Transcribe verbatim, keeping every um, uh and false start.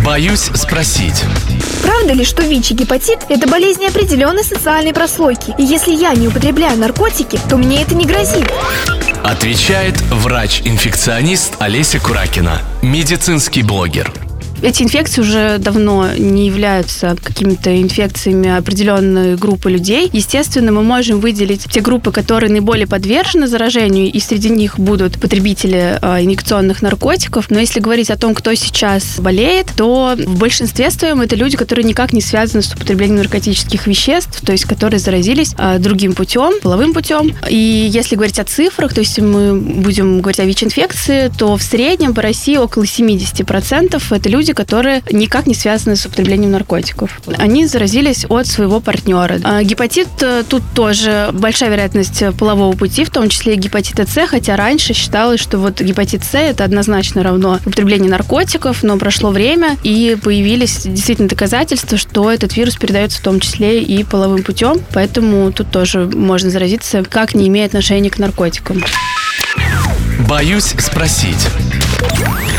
Боюсь спросить. Правда ли, что ВИЧ и гепатит – это болезни определенной социальной прослойки? И если я не употребляю наркотики, то мне это не грозит? Отвечает врач-инфекционист Олеся Куракина, медицинский блогер. Эти инфекции уже давно не являются какими-то инфекциями определенной группы людей. Естественно, мы можем выделить те группы, которые наиболее подвержены заражению, и среди них будут потребители э, инъекционных наркотиков. Но если говорить о том, кто сейчас болеет, то в большинстве своем это люди, которые никак не связаны с употреблением наркотических веществ, то есть которые заразились э, другим путем, половым путем. И если говорить о цифрах, то есть мы будем говорить о ВИЧ-инфекции, то в среднем по России около семьдесят процентов это люди, которые никак не связаны с употреблением наркотиков. Они заразились от своего партнера. А гепатит, тут тоже большая вероятность полового пути, в том числе и гепатита С, хотя раньше считалось, что вот гепатит С это однозначно равно употреблению наркотиков, но прошло время, и появились действительно доказательства, что этот вирус передается в том числе и половым путем, поэтому тут тоже можно заразиться, как не имея отношения к наркотикам. Боюсь спросить.